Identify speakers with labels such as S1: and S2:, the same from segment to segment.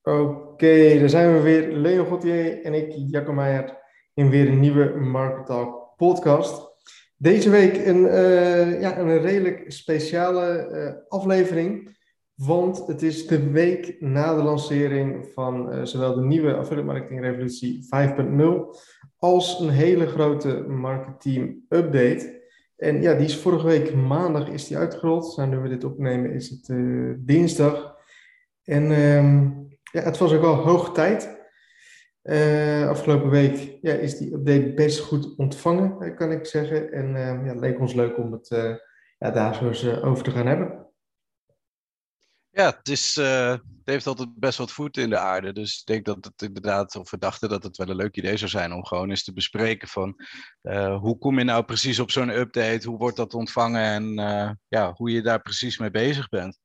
S1: Oké, daar zijn we weer. Leon Gauthier en ik, Jacco Meijer, in weer een nieuwe Market Talk podcast. Deze week een redelijk speciale aflevering, want het is de week na de lancering van zowel de nieuwe Affiliate Marketing Revolutie 5.0 als een hele grote marketing update. En ja, die is vorige week maandag is die uitgerold. Nou, nu we dit opnemen is het dinsdag. En ja, het was ook wel hoog tijd. Afgelopen week ja, is die update best goed ontvangen, kan ik zeggen. En ja, het leek ons leuk om het ja, daar zo eens over te gaan hebben.
S2: Ja, het heeft altijd best wat voeten in de aarde. Dus ik denk dat het inderdaad, of we dachten dat het wel een leuk idee zou zijn om gewoon eens te bespreken van hoe kom je nou precies op zo'n update, hoe wordt dat ontvangen en ja, hoe je daar precies mee bezig bent.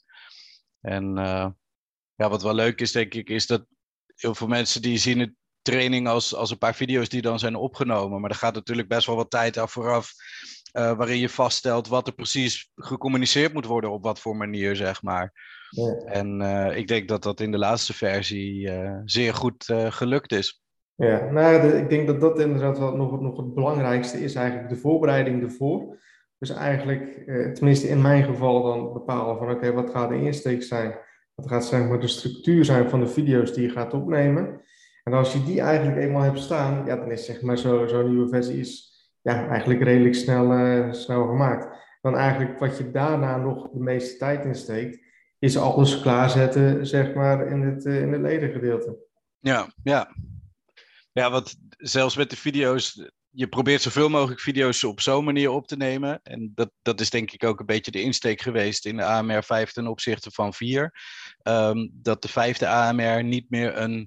S2: En ja, wat wel leuk is, denk ik, is dat heel veel mensen die zien het training als een paar video's die dan zijn opgenomen. Maar er gaat natuurlijk best wel wat tijd aan vooraf, waarin je vaststelt wat er precies gecommuniceerd moet worden op wat voor manier, zeg maar.
S1: Ja,
S2: En ik denk dat dat in de laatste versie zeer goed gelukt is.
S1: ja. Nou, ik denk dat dat inderdaad wel nog het belangrijkste is, eigenlijk de voorbereiding ervoor. Dus eigenlijk, tenminste in mijn geval, dan bepalen van oké, wat gaat de insteek zijn? Wat gaat zeg maar de structuur zijn van de video's die je gaat opnemen? En als je die eigenlijk eenmaal hebt staan, ja, dan is zeg maar zo'n nieuwe versie is ja, eigenlijk redelijk snel gemaakt. Dan eigenlijk wat je daarna nog de meeste tijd in steekt, is alles klaarzetten, zeg maar, in het ledengedeelte.
S2: Ja, ja. Ja, want zelfs met de video's, je probeert zoveel mogelijk video's op zo'n manier op te nemen. En dat is denk ik ook een beetje de insteek geweest in de AMR 5 ten opzichte van 4. Dat de vijfde AMR niet meer een,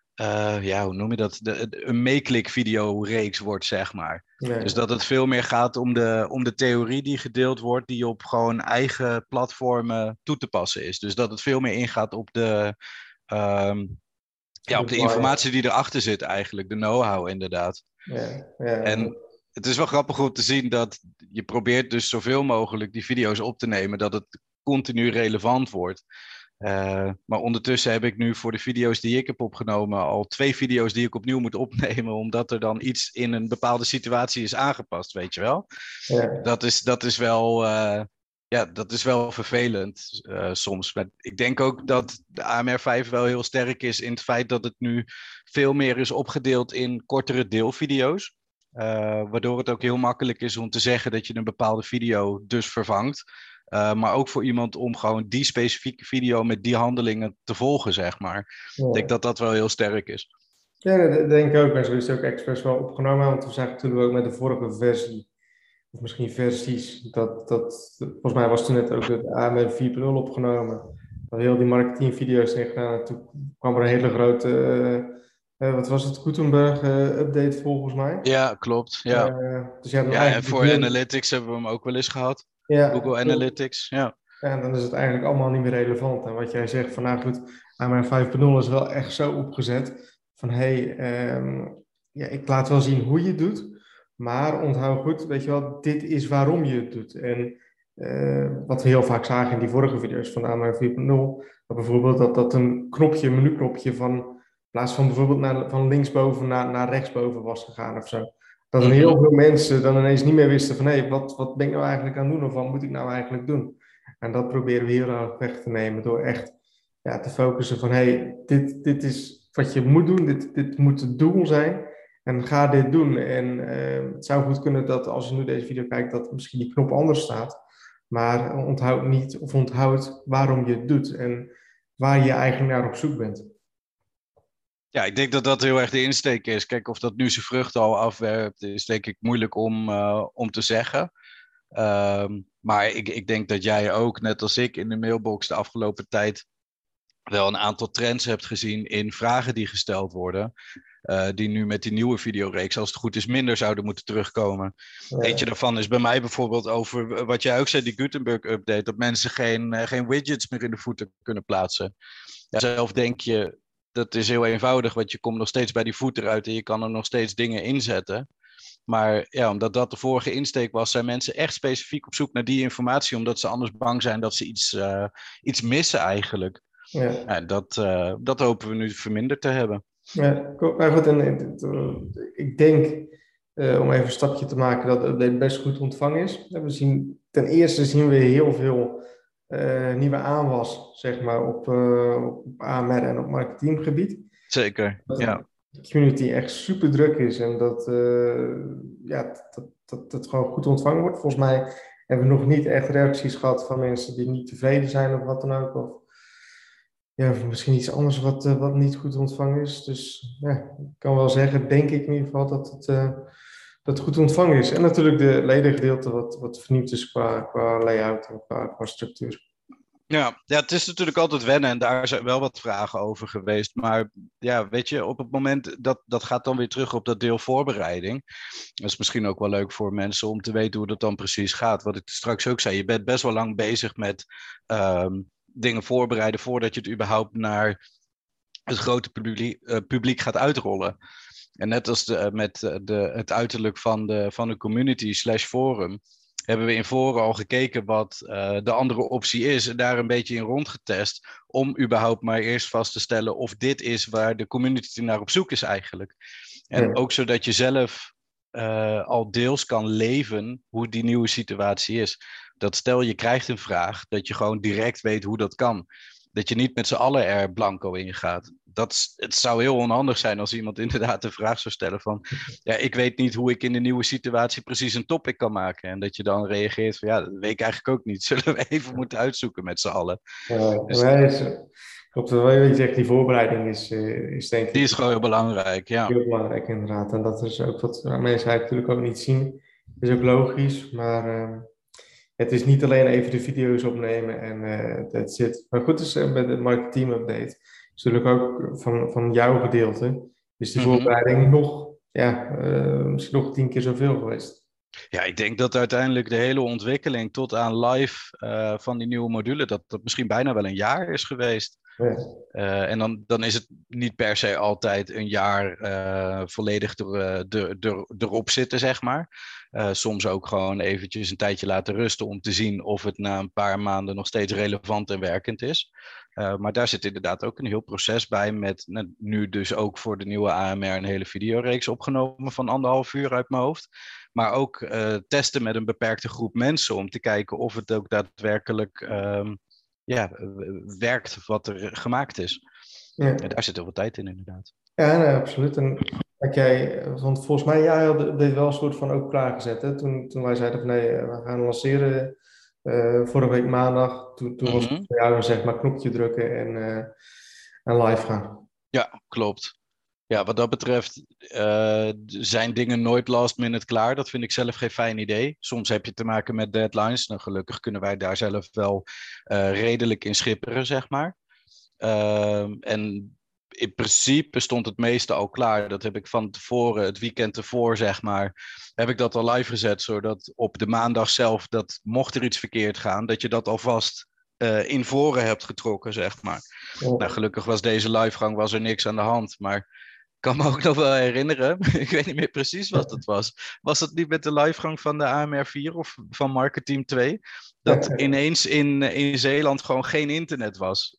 S2: ja, hoe noem je dat? Een meeklik videoreeks wordt, zeg maar. Dus
S1: Nee,
S2: dat het veel meer gaat om de theorie die gedeeld wordt, die op gewoon eigen platformen toe te passen is. Dus dat het veel meer ingaat op ehm, ja,
S1: de
S2: op de
S1: bias.
S2: informatie die erachter zit eigenlijk, de know-how inderdaad.
S1: Ja, ja,
S2: En het is wel grappig om te zien dat je probeert dus zoveel mogelijk die video's op te nemen, dat het continu relevant wordt. Maar ondertussen heb ik nu voor de video's die ik heb opgenomen al 2 video's die ik opnieuw moet opnemen, omdat er dan iets in een bepaalde situatie is aangepast, weet je wel.
S1: ja,
S2: Dat is wel, ja, dat is wel vervelend soms. Maar ik denk ook dat de AMR5 wel heel sterk is in het feit dat het nu veel meer is opgedeeld in kortere deelvideo's. Waardoor het ook heel makkelijk is om te zeggen dat je een bepaalde video dus vervangt. Maar ook voor iemand om gewoon die specifieke video met die handelingen te volgen, zeg maar. Ik denk
S1: ja.
S2: dat dat wel heel sterk is.
S1: Ja, dat denk ik ook. En zo is het ook expres wel opgenomen. Want we zagen natuurlijk ook met de vorige versie, of misschien versies, volgens mij was toen net ook de AMR 4.0 opgenomen. Dat heel die marketingvideo's in gedaan. En toen kwam er een hele grote, wat was het, Gutenberg update volgens mij.
S2: Ja, klopt. Ja.
S1: Dus ja, dan
S2: Ja, en
S1: eigenlijk
S2: voor
S1: heel,
S2: Analytics hebben we hem ook wel eens gehad.
S1: ja,
S2: Google
S1: klopt.
S2: Analytics, ja.
S1: Ja, en dan is het eigenlijk allemaal niet meer relevant. En wat jij zegt van nou goed, AMR 5.0 is wel echt zo opgezet van hey, ja, ik laat wel zien hoe je het doet, maar onthoud goed, weet je wel, dit is waarom je het doet. En wat we heel vaak zagen in die vorige video's van AMR 4.0, dat bijvoorbeeld dat een knopje, een menuknopje van, in plaats van bijvoorbeeld van linksboven naar rechtsboven was gegaan of zo. Dat een heel
S2: Mhm.
S1: veel mensen dan ineens niet meer wisten van hé, wat ben ik nou eigenlijk aan het doen of wat moet ik nou eigenlijk doen? En dat proberen we heel erg weg te nemen door echt ja, te focussen van hey, dit is wat je moet doen, dit moet het doel zijn en ga dit doen. En het zou goed kunnen dat als je nu deze video kijkt, dat misschien die knop anders staat, maar onthoud niet of onthoud waarom je het doet en waar je eigenlijk naar op zoek bent.
S2: Ja, ik denk dat dat heel erg de insteek is. Kijk, of dat nu zijn vruchten al afwerpt, is denk ik moeilijk om te zeggen. Maar ik denk dat jij ook, net als ik, in de mailbox de afgelopen tijd wel een aantal trends hebt gezien in vragen die gesteld worden. Die nu met die nieuwe videoreeks, als het goed is, minder zouden moeten terugkomen. Eentje
S1: Ja,
S2: daarvan is bij mij bijvoorbeeld over wat jij ook zei, die Gutenberg-update. Dat mensen geen widgets meer in de voeten kunnen plaatsen. Ja, zelf denk je, dat is heel eenvoudig, want je komt nog steeds bij die voet uit en je kan er nog steeds dingen inzetten. Maar ja, omdat dat de vorige insteek was, zijn mensen echt specifiek op zoek naar die informatie, omdat ze anders bang zijn dat ze iets missen eigenlijk.
S1: Ja.
S2: Ja, dat hopen we nu verminderd te hebben.
S1: Ja, maar goed, ik denk, om even een stapje te maken, dat de update best goed ontvangen is. Ten eerste zien we heel veel nieuwe aanwas, zeg maar, op AMR en op marketinggebied.
S2: Zeker,
S1: Dat
S2: ja.
S1: de community echt super druk is en dat het gewoon goed ontvangen wordt. Volgens mij hebben we nog niet echt reacties gehad van mensen die niet tevreden zijn of wat dan ook. Of ja, of misschien iets anders wat niet goed ontvangen is. Dus ja, ik kan wel zeggen, denk ik in ieder geval, dat het goed ontvangen is. En natuurlijk de ledengedeelte wat vernieuwd is qua layout en qua structuur.
S2: Ja, het is natuurlijk altijd wennen en daar zijn wel wat vragen over geweest. Maar ja, weet je, op het moment dat gaat dan weer terug op dat deel voorbereiding. Dat is misschien ook wel leuk voor mensen om te weten hoe dat dan precies gaat. Wat ik straks ook zei, je bent best wel lang bezig met dingen voorbereiden voordat je het überhaupt naar het grote publiek gaat uitrollen. En net als met het uiterlijk van de community / forum, hebben we in voren al gekeken wat de andere optie is en daar een beetje in rondgetest om überhaupt maar eerst vast te stellen of dit is waar de community naar op zoek is eigenlijk. En ook zodat je zelf al deels kan leven hoe die nieuwe situatie is. Dat stel je krijgt een vraag, dat je gewoon direct weet hoe dat kan. Dat je niet met z'n allen er blanco in gaat. Het zou heel onhandig zijn als iemand inderdaad de vraag zou stellen van... Ja, ik weet niet hoe ik in de nieuwe situatie precies een topic kan maken. En dat je dan reageert van ja, dat weet ik eigenlijk ook niet. Zullen we even moeten uitzoeken met z'n allen. Dus
S1: Klopt, wat je zegt, die voorbereiding is denk
S2: die is
S1: ik
S2: gewoon heel belangrijk, ja.
S1: heel belangrijk inderdaad. En dat is ook wat mensen eigenlijk natuurlijk ook niet zien. Dat is ook logisch, maar het is niet alleen even de video's opnemen en that's it. Maar goed, dus met de marketing update, is natuurlijk ook van jouw gedeelte, is die voorbereiding misschien nog 10 keer zoveel geweest.
S2: Ja, ik denk dat uiteindelijk de hele ontwikkeling tot aan live van die nieuwe module, dat misschien bijna wel een jaar is geweest.
S1: Ja.
S2: En dan is het niet per se altijd een jaar volledig erop zitten, zeg maar. Soms ook gewoon eventjes een tijdje laten rusten om te zien of het na een paar maanden nog steeds relevant en werkend is. Maar daar zit inderdaad ook een heel proces bij met nu dus ook voor de nieuwe AMR een hele videoreeks opgenomen van 1,5 uur uit mijn hoofd. Maar ook testen met een beperkte groep mensen om te kijken of het ook daadwerkelijk werkt wat er gemaakt is.
S1: Ja.
S2: En daar zit heel veel tijd in, inderdaad.
S1: Ja, nee, absoluut. En want volgens mij, jij had dit wel een soort van ook klaargezet. Hè? Toen wij zeiden van nee, we gaan lanceren vorige week maandag. Toen was het voor jou zeg maar knopje drukken en live gaan.
S2: Ja, klopt. Ja, wat dat betreft zijn dingen nooit last minute klaar. Dat vind ik zelf geen fijn idee. Soms heb je te maken met deadlines. Nou, gelukkig kunnen wij daar zelf wel redelijk in schipperen, zeg maar. En in principe stond het meeste al klaar. Dat heb ik van tevoren, het weekend ervoor, zeg maar, heb ik dat al live gezet. Zodat op de maandag zelf, dat mocht er iets verkeerd gaan, dat je dat alvast in voren hebt getrokken, zeg maar.
S1: Ja.
S2: Nou, gelukkig was deze livegang, was er niks aan de hand. Maar ik kan me ook nog wel herinneren, ik weet niet meer precies wat het was. Was dat niet met de livegang van de AMR4 of van Marketeam 2? Dat ineens in Zeeland gewoon geen internet was.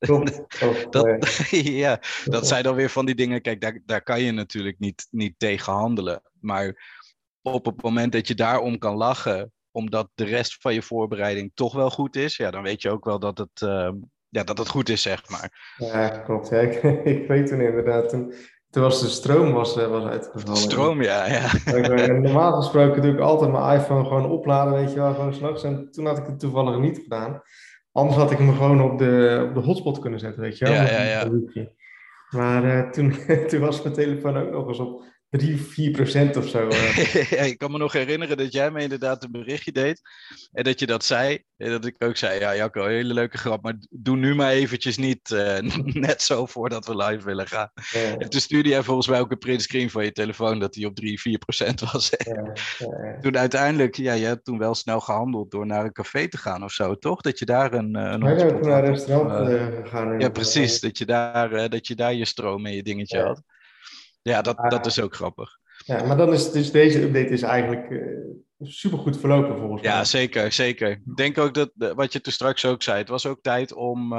S2: Ja, dat zijn dan weer van die dingen. Kijk, daar kan je natuurlijk niet tegen handelen. Maar op het moment dat je daarom kan lachen, omdat de rest van je voorbereiding toch wel goed is, ja, dan weet je ook wel dat het goed is, zeg maar.
S1: Ja, klopt. Ja, ik weet toen inderdaad, toen was de stroom was uitgevallen.
S2: Stroom, ja.
S1: Normaal gesproken doe ik altijd mijn iPhone gewoon opladen, weet je wel, gewoon s'nachts. En toen had ik het toevallig niet gedaan. Anders had ik hem gewoon op de hotspot kunnen zetten, weet je wel.
S2: Ja.
S1: Maar toen was mijn telefoon ook nog eens op 3-4% of zo.
S2: Ja, ik kan me nog herinneren dat jij me inderdaad een berichtje deed. En dat je dat zei. En dat ik ook zei, ja Jacco, hele leuke grap. Maar doe nu maar eventjes niet net zo voordat we live willen gaan.
S1: Ja.
S2: En toen stuurde jij volgens mij ook een printscreen van je telefoon dat hij op 3-4% was.
S1: Ja.
S2: Toen uiteindelijk, ja, je hebt toen wel snel gehandeld door naar een café te gaan of zo, toch? Dat je daar een
S1: hotspot
S2: had.
S1: naar een restaurant gegaan.
S2: Ja, precies. Dat je daar je stroom en je dingetje had. Ja, dat is ook grappig.
S1: Ja, maar dan is dus deze update is eigenlijk supergoed verlopen volgens
S2: Ja,
S1: mij.
S2: zeker, zeker. Ik denk ook dat, wat je toen straks ook zei, het was ook tijd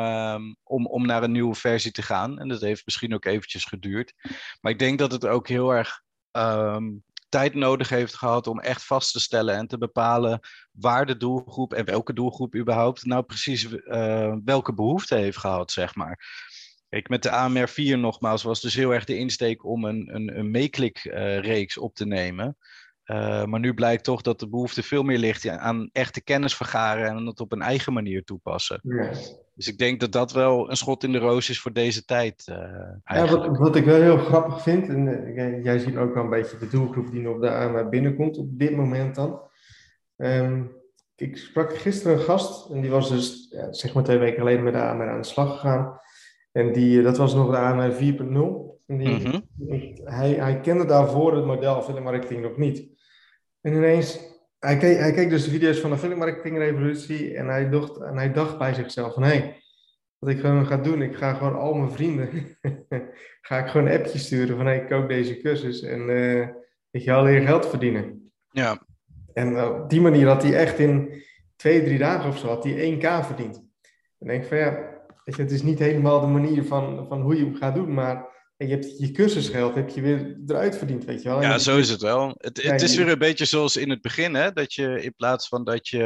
S2: om naar een nieuwe versie te gaan. En dat heeft misschien ook eventjes geduurd. Maar ik denk dat het ook heel erg tijd nodig heeft gehad om echt vast te stellen en te bepalen waar de doelgroep en welke doelgroep überhaupt nou precies welke behoefte heeft gehad, zeg maar. Kijk, met de AMR4 nogmaals was dus heel erg de insteek om een meeklikreeks op te nemen. Maar nu blijkt toch dat de behoefte veel meer ligt aan echte kennis vergaren en het op een eigen manier toepassen.
S1: Ja.
S2: Dus ik denk dat dat wel een schot in de roos is voor deze tijd
S1: Ja,
S2: eigenlijk.
S1: wat ik wel heel grappig vind, en jij ziet ook wel een beetje de doelgroep die nog daar aan binnenkomt op dit moment dan. Ehm, ik sprak gisteren een gast en die was dus ja, zeg maar 2 weken geleden met de AMR aan de slag gegaan. En dat was nog de AMR 4.0. En
S2: Mhm.
S1: hij kende daarvoor het model affiliate marketing nog niet. En ineens, hij keek dus de video's van de affiliate marketing revolutie en hij dacht bij zichzelf van hé, wat ik gewoon ga doen, ik ga gewoon al mijn vrienden, ga ik gewoon een appje sturen van hey, koop deze cursus en weet je wel, leer geld verdienen.
S2: Ja.
S1: En op die manier had hij echt in 2, 3 dagen of zo had hij 1K verdiend. En denk ik van ja, weet je, het is niet helemaal de manier van hoe je het gaat doen, maar je hebt je cursusgeld heb je weer eruit verdiend, weet je wel.
S2: Ja,
S1: En
S2: zo is het wel.
S1: ja,
S2: Het is weer een beetje zoals in het begin, hè? Dat je in plaats van dat je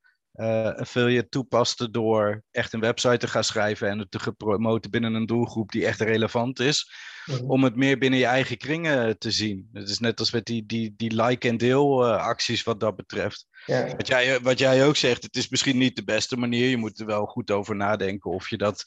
S2: affiliate toepaste door echt een website te gaan schrijven en het te promoten binnen een doelgroep die echt relevant is, om het meer binnen je eigen kringen te zien. Het is net als met die like- en deel acties wat dat betreft.
S1: ja,
S2: Wat jij ook zegt, het is misschien niet de beste manier. Je moet er wel goed over nadenken of je dat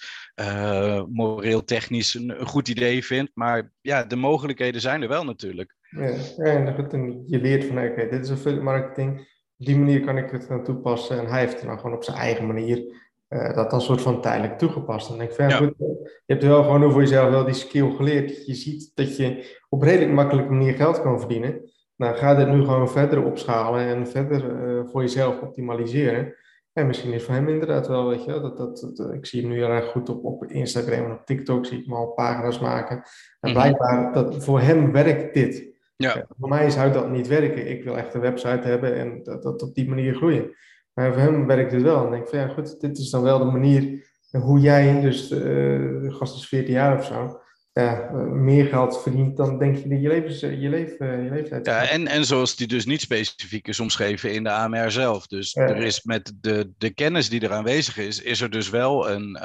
S2: moreel technisch een goed idee vindt. Maar ja, de mogelijkheden zijn er wel natuurlijk.
S1: ja, ja, en goed, en je leert van oké, dit is affiliate marketing. Op die manier kan ik het gaan toepassen. En hij heeft het dan gewoon op zijn eigen manier dat dan soort van tijdelijk toegepast. En dan denk ik van ja,
S2: Ja.
S1: goed, je hebt wel gewoon voor jezelf wel die skill geleerd. Je ziet dat je op redelijk makkelijke manier geld kan verdienen. Nou, ga dit nu gewoon verder opschalen en verder voor jezelf optimaliseren. En misschien is voor hem inderdaad wel, weet je, wel, ik zie hem nu heel erg goed op Instagram en op TikTok, zie ik hem al pagina's maken. En
S2: Mhm.
S1: blijkbaar, voor hem werkt dit.
S2: Ja.
S1: Voor mij zou dat niet werken. Ik wil echt een website hebben en dat op die manier groeien. Maar voor hem werkt het wel. En denk ik van ja, goed, dit is dan wel de manier hoe jij, dus de gast is 14 jaar of zo, ja, meer geld verdient dan denk je dat je leeftijd
S2: Ja,
S1: gaat.
S2: en zoals die dus niet specifiek is omschreven in de AMR zelf. Dus er
S1: Ja,
S2: is met de kennis die er aanwezig is er dus wel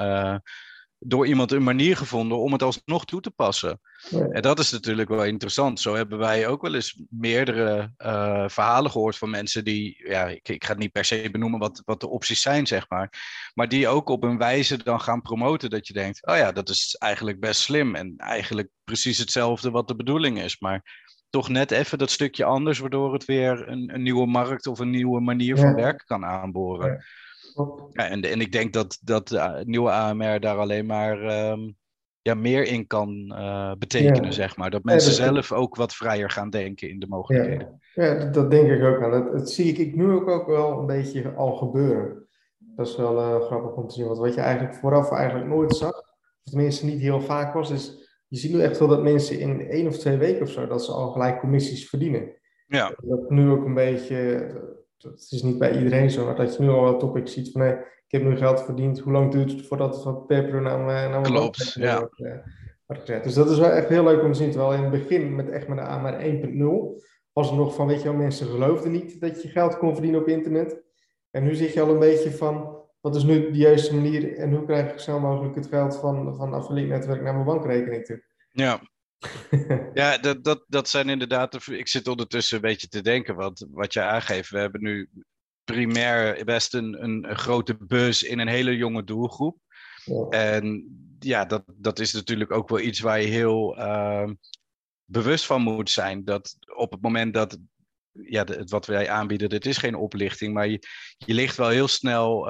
S2: door iemand een manier gevonden om het alsnog toe te passen. En
S1: ja,
S2: dat is natuurlijk wel interessant. Zo hebben wij ook wel eens meerdere verhalen gehoord van mensen die, ja, ik ga het niet per se benoemen wat de opties zijn, zeg maar die ook op een wijze dan gaan promoten dat je denkt, oh ja, dat is eigenlijk best slim en eigenlijk precies hetzelfde wat de bedoeling is, maar toch net even dat stukje anders, waardoor het weer een nieuwe markt of een nieuwe manier van
S1: ja,
S2: werken kan aanboren.
S1: ja, klopt.
S2: Ja, en ik denk dat de nieuwe AMR daar alleen maar ja, meer in kan betekenen,
S1: Ja,
S2: zeg maar. Dat
S1: ja,
S2: mensen zelf ook wat vrijer gaan denken in de mogelijkheden.
S1: ja, ja, dat denk ik ook aan. Dat zie ik nu ook wel een beetje al gebeuren. Dat is wel grappig om te zien. Want wat je eigenlijk vooraf eigenlijk nooit zag, of tenminste niet heel vaak was, is je ziet nu echt wel dat mensen in 1 of 2 weken of zo, dat ze al gelijk commissies verdienen.
S2: Ja,
S1: Dat nu ook een beetje, het is niet bij iedereen zo, maar dat je nu al wel topics ziet van, ik heb nu geld verdiend, hoe lang duurt het voordat het wat per naar mijn
S2: klopt.
S1: bankrekening
S2: Ja.
S1: wordt gezet. Dus dat is wel echt heel leuk om te zien. Terwijl in het begin met de AMR 1.0 was het nog van, weet je wel, mensen geloofden niet dat je geld kon verdienen op internet. En nu zeg je al een beetje van, wat is nu de juiste manier en hoe krijg ik zo snel mogelijk het geld van affiliate netwerk naar mijn bankrekening toe?
S2: Ja. Ja, dat zijn inderdaad. Ik zit ondertussen een beetje te denken, want wat je aangeeft, we hebben nu primair best een grote buzz in een hele jonge doelgroep.
S1: Ja,
S2: En ja, dat is natuurlijk ook wel iets waar je heel bewust van moet zijn. Dat op het moment dat ja, wat wij aanbieden, dit is geen oplichting, maar je ligt wel heel snel.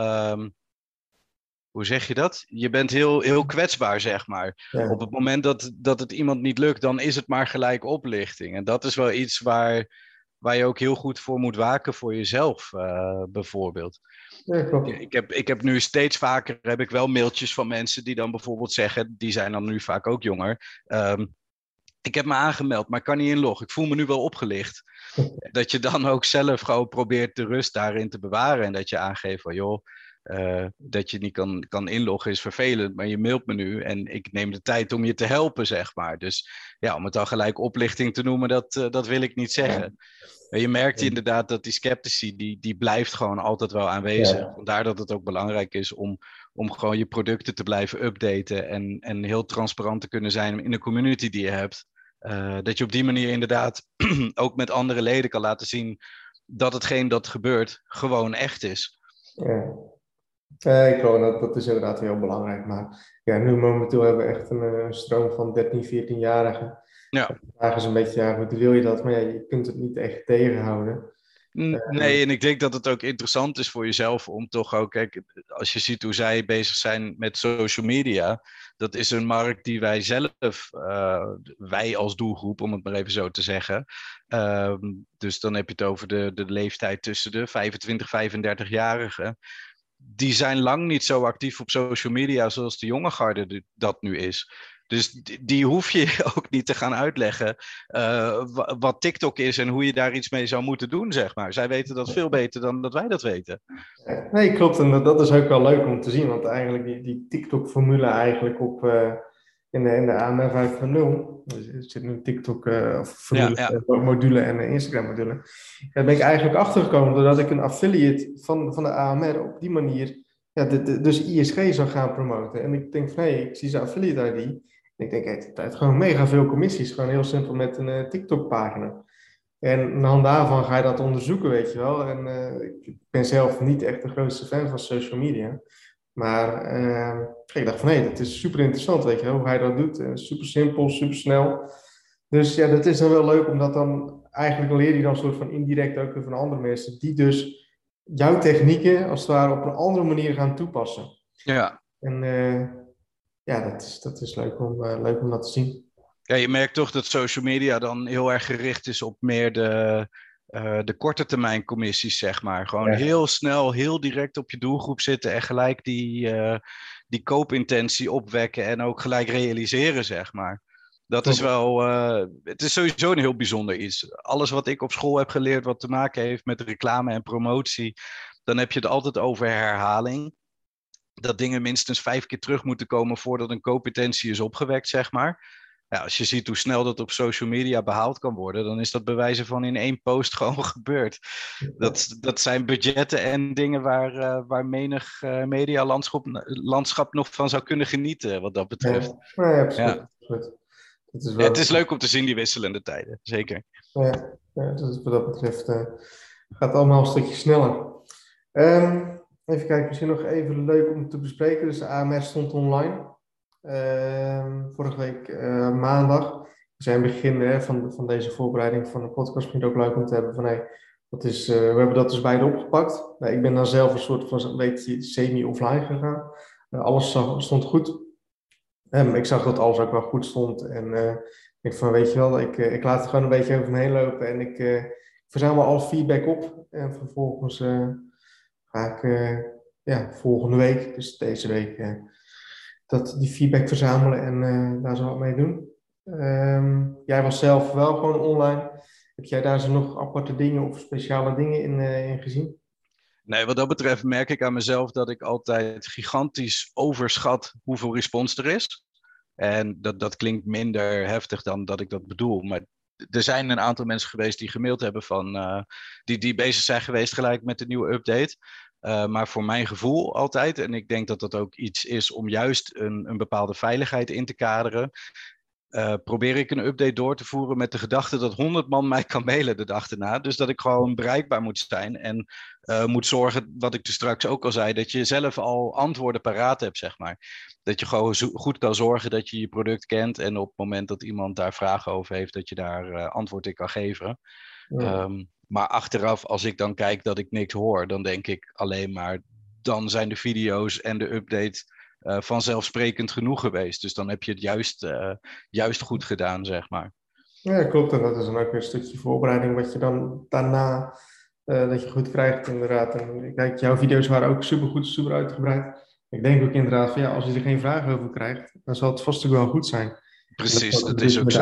S2: Hoe zeg je dat? Je bent heel kwetsbaar, zeg maar. Op
S1: ja.
S2: het moment dat het iemand niet lukt, dan is het maar gelijk oplichting. En dat is wel iets waar je ook heel goed voor moet waken voor jezelf, bijvoorbeeld.
S1: Ja, klopt.
S2: Ik heb nu steeds vaker heb ik wel mailtjes van mensen die dan bijvoorbeeld zeggen, die zijn dan nu vaak ook jonger. ik heb me aangemeld, maar ik kan niet inloggen. Ik voel me nu wel opgelicht. Dat je dan ook zelf gewoon probeert de rust daarin te bewaren. En dat je aangeeft van, joh, dat je niet kan inloggen is vervelend, maar je mailt me nu en ik neem de tijd om je te helpen, zeg maar. Dus ja, om het dan gelijk oplichting te noemen, dat wil ik niet zeggen. Je merkt inderdaad dat die sceptici, die blijft gewoon altijd wel aanwezig.
S1: Ja.
S2: Vandaar dat het ook belangrijk is om gewoon je producten te blijven updaten en heel transparant te kunnen zijn in de community die je hebt. Dat je op die manier inderdaad ook met andere leden kan laten zien dat hetgeen dat gebeurt gewoon echt is.
S1: Ja. Ik geloof dat is inderdaad heel belangrijk. Maar ja, nu momenteel hebben we echt een stroom van 13, 14-jarigen.
S2: Ja.
S1: De vraag is een beetje, ja, hoe wil je dat? Maar ja, je kunt het niet echt tegenhouden.
S2: Nee, en ik denk dat het ook interessant is voor jezelf om toch ook, kijk, als je ziet hoe zij bezig zijn met social media, dat is een markt die wij zelf, wij als doelgroep, om het maar even zo te zeggen, dus dan heb je het over de leeftijd tussen de 25, 35-jarigen. Die zijn lang niet zo actief op social media zoals de jonge garde dat nu is. Dus die hoef je ook niet te gaan uitleggen wat TikTok is en hoe je daar iets mee zou moeten doen, zeg maar. Zij weten dat veel beter dan dat wij dat weten.
S1: Nee, klopt. En dat is ook wel leuk om te zien. Want eigenlijk die TikTok-formule eigenlijk in de AMR 5.0. Dus er zit nu een TikTok formule, module en een Instagram module. Daar ben ik eigenlijk achtergekomen doordat ik een affiliate van de AMR op die manier dus ISG zou gaan promoten. En ik denk van, hé, ik zie zijn affiliate ID. En ik denk, het heeft gewoon mega veel commissies. Gewoon heel simpel met een TikTok-pagina. En aan de hand daarvan ga je dat onderzoeken, weet je wel. En ik ben zelf niet echt de grootste fan van social media. Maar ik dacht van, hé, dat is super interessant, weet je wel, hoe hij dat doet. Super simpel, super snel. Dus ja, dat is dan wel leuk, omdat dan eigenlijk leer je dan een soort van indirect ook weer van andere mensen, die dus jouw technieken als het ware op een andere manier gaan toepassen.
S2: Ja.
S1: En ja, dat is leuk om dat te zien.
S2: Ja, je merkt toch dat social media dan heel erg gericht is op meer de korte termijn commissies, zeg maar. Gewoon heel snel, heel direct op je doelgroep zitten en gelijk die koopintentie opwekken en ook gelijk realiseren, zeg maar. Dat is wel, het is sowieso een heel bijzonder iets. Alles wat ik op school heb geleerd wat te maken heeft met reclame en promotie, dan heb je het altijd over herhaling. Dat dingen minstens 5 keer terug moeten komen voordat een koopintentie is opgewekt, zeg maar. Ja, als je ziet hoe snel dat op social media behaald kan worden, dan is dat bij wijze van in 1 post gewoon gebeurd. Dat zijn budgetten en dingen waar menig medialandschap nog van zou kunnen genieten, wat dat betreft.
S1: Ja, absoluut. Dat is wel...
S2: het is leuk om te zien, die wisselende tijden, zeker.
S1: Ja, dus wat dat betreft gaat het allemaal een stukje sneller. Even kijken, misschien nog even leuk om te bespreken. Dus de AMR stond online. Vorige week maandag. We zijn begin van deze voorbereiding van de podcast. Vind ik ook leuk om te hebben van we hebben dat dus beide opgepakt. Ik ben dan zelf een soort van een beetje semi-offline gegaan. Alles stond goed. Ik zag dat alles ook wel goed stond. En ik van, weet je wel, ik laat het gewoon een beetje over me heen lopen. En ik verzamel al feedback op. En vervolgens ga ik volgende week, dus deze week, die feedback verzamelen en daar zo wat mee doen. Jij was zelf wel gewoon online. Heb jij daar zo nog aparte dingen of speciale dingen in gezien?
S2: Nee, wat dat betreft merk ik aan mezelf dat ik altijd gigantisch overschat hoeveel respons er is. En dat klinkt minder heftig dan dat ik dat bedoel. Maar er zijn een aantal mensen geweest die gemaild hebben die bezig zijn geweest gelijk met de nieuwe update. Maar voor mijn gevoel altijd, en ik denk dat dat ook iets is om juist een bepaalde veiligheid in te kaderen, probeer ik een update door te voeren met de gedachte dat 100 man mij kan mailen de dag erna. Dus dat ik gewoon bereikbaar moet zijn en moet zorgen, wat ik dus straks ook al zei, dat je zelf al antwoorden paraat hebt, zeg maar. Dat je gewoon goed kan zorgen dat je je product kent en op het moment dat iemand daar vragen over heeft, dat je daar antwoord in kan geven.
S1: Ja.
S2: Maar achteraf, als ik dan kijk dat ik niks hoor, dan denk ik alleen maar, dan zijn de video's en de update vanzelfsprekend genoeg geweest. Dus dan heb je het juist goed gedaan, zeg maar.
S1: Ja, klopt. En dat is dan ook weer een stukje voorbereiding wat je dan daarna dat je goed krijgt, inderdaad. En kijk, jouw video's waren ook supergoed, super uitgebreid. Ik denk ook inderdaad van als je er geen vragen over krijgt, dan zal het vast ook wel goed zijn.
S2: Precies, dat is ook zo.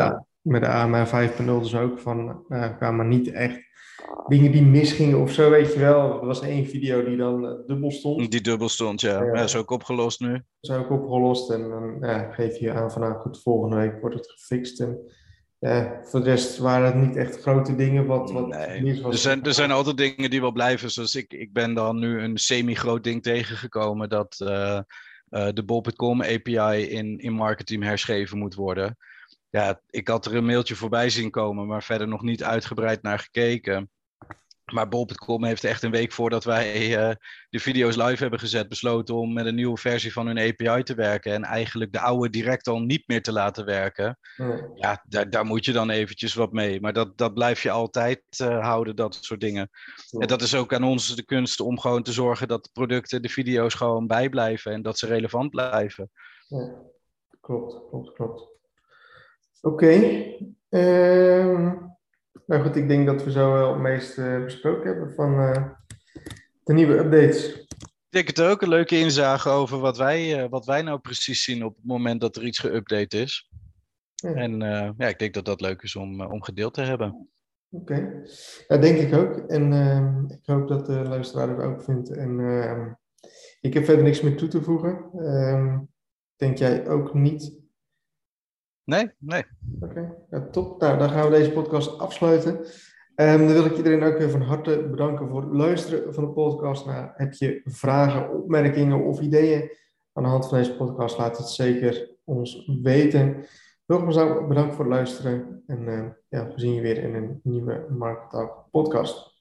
S1: met de AMA 5.0 dus ook van, kwamen niet echt dingen die misgingen of zo, weet je wel. Er was één video die dan dubbel stond.
S2: Die dubbel stond, ja. Ja, is ook opgelost nu.
S1: Dat is ook opgelost en dan geef je aan van, nou goed, volgende week wordt het gefixt. En voor de rest waren het niet echt grote dingen wat
S2: Nee,
S1: mis was.
S2: er zijn altijd dingen die wel blijven. Zoals ik ben dan nu een semi-groot ding tegengekomen dat de bol.com API in marketing herschreven moet worden. Ja, ik had er een mailtje voorbij zien komen, maar verder nog niet uitgebreid naar gekeken. Maar bol.com heeft echt een week voordat wij de video's live hebben gezet besloten om met een nieuwe versie van hun API te werken. En eigenlijk de oude direct al niet meer te laten werken. Ja, daar moet je dan eventjes wat mee. Maar dat blijf je altijd houden, dat soort dingen. En dat is ook aan ons de kunst om gewoon te zorgen dat de producten, de video's gewoon bijblijven en dat ze relevant blijven.
S1: Ja, klopt. Oké. Nou goed, ik denk dat we zo wel het meeste besproken hebben van de nieuwe updates.
S2: Ik denk het ook, een leuke inzage over wat wij nou precies zien op het moment dat er iets geüpdate is. Ja. En ik denk dat dat leuk is om gedeeld te hebben.
S1: Oké. Ja, denk ik ook. En ik hoop dat de luisteraar het ook vindt. En ik heb verder niks meer toe te voegen. Denk jij ook niet?
S2: Nee.
S1: Oké, ja, top. Nou, dan gaan we deze podcast afsluiten. Dan wil ik iedereen ook weer van harte bedanken voor het luisteren van de podcast. Nou, heb je vragen, opmerkingen of ideeën aan de hand van deze podcast? Laat het zeker ons weten. Nogmaals bedankt voor het luisteren. En we zien je weer in een nieuwe Marketalk podcast.